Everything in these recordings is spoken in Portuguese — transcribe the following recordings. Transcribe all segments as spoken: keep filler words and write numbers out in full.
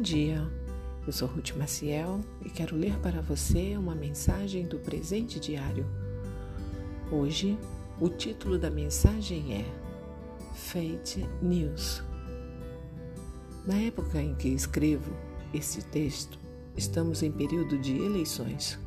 dia, eu sou Ruth Maciel e quero ler para você uma mensagem do presente diário. Hoje, o título da mensagem é Fake News. Na época em que escrevo esse texto, estamos em período de eleições.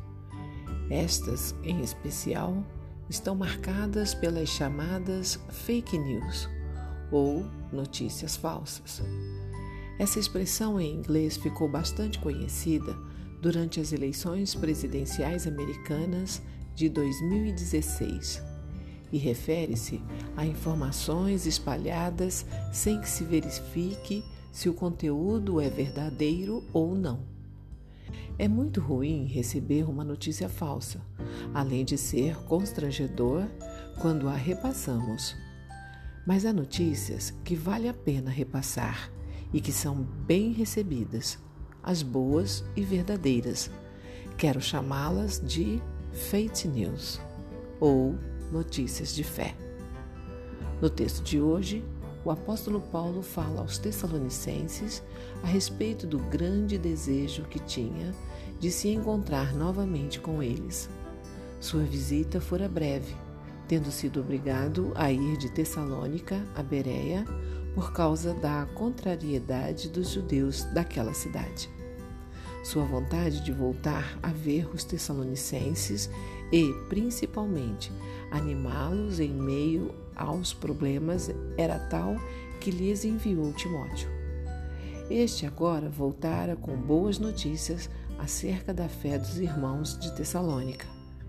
Estas, em especial, estão marcadas pelas chamadas fake news, ou notícias falsas. Essa expressão em inglês ficou bastante conhecida durante as eleições presidenciais americanas de dois mil e dezesseis e refere-se a informações espalhadas sem que se verifique se o conteúdo é verdadeiro ou não. É muito ruim receber uma notícia falsa, além de ser constrangedor quando a repassamos. Mas há notícias que vale a pena repassar e que são bem recebidas, as boas e verdadeiras. Quero chamá-las de fake news ou notícias de fé. No texto de hoje, o apóstolo Paulo fala aos Tessalonicenses a respeito do grande desejo que tinha de se encontrar novamente com eles. Sua visita fora breve, tendo sido obrigado a ir de Tessalônica a Bereia por causa da contrariedade dos judeus daquela cidade. Sua vontade de voltar a ver os tessalonicenses e, principalmente, animá-los em meio aos problemas era tal que lhes enviou Timóteo. Este agora voltara com boas notícias acerca da fé dos irmãos de Tessalônica.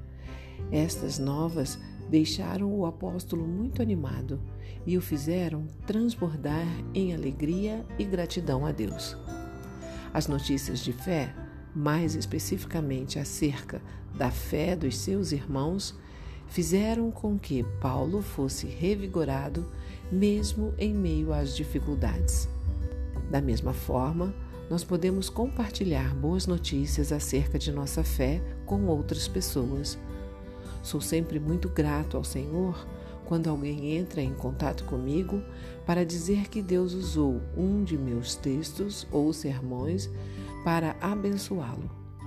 Estas novas deixaram o apóstolo muito animado e o fizeram transbordar em alegria e gratidão a Deus. As notícias de fé, mais especificamente acerca da fé dos seus irmãos, fizeram com que Paulo fosse revigorado mesmo em meio às dificuldades. Da mesma forma, nós podemos compartilhar boas notícias acerca de nossa fé com outras pessoas. Sou sempre muito grato ao Senhor quando alguém entra em contato comigo para dizer que Deus usou um de meus textos ou sermões para abençoá-lo.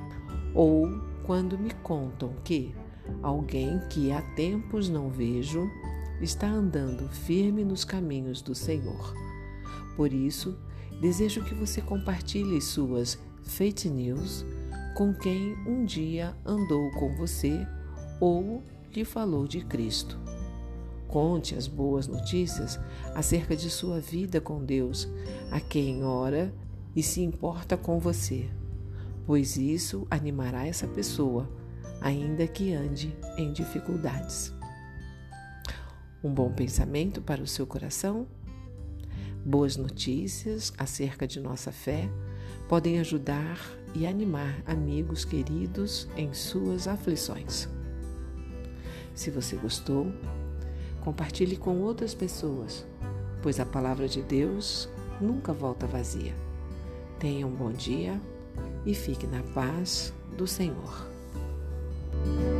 Ou quando me contam que alguém que há tempos não vejo está andando firme nos caminhos do Senhor. Por isso, desejo que você compartilhe suas fake news com quem um dia andou com você ou lhe falou de Cristo. Conte as boas notícias acerca de sua vida com Deus, a quem ora e se importa com você, pois isso animará essa pessoa, ainda que ande em dificuldades. Um bom pensamento para o seu coração? Boas notícias acerca de nossa fé podem ajudar e animar amigos queridos em suas aflições. Se você gostou, compartilhe com outras pessoas, pois a palavra de Deus nunca volta vazia. Tenha um bom dia e fique na paz do Senhor.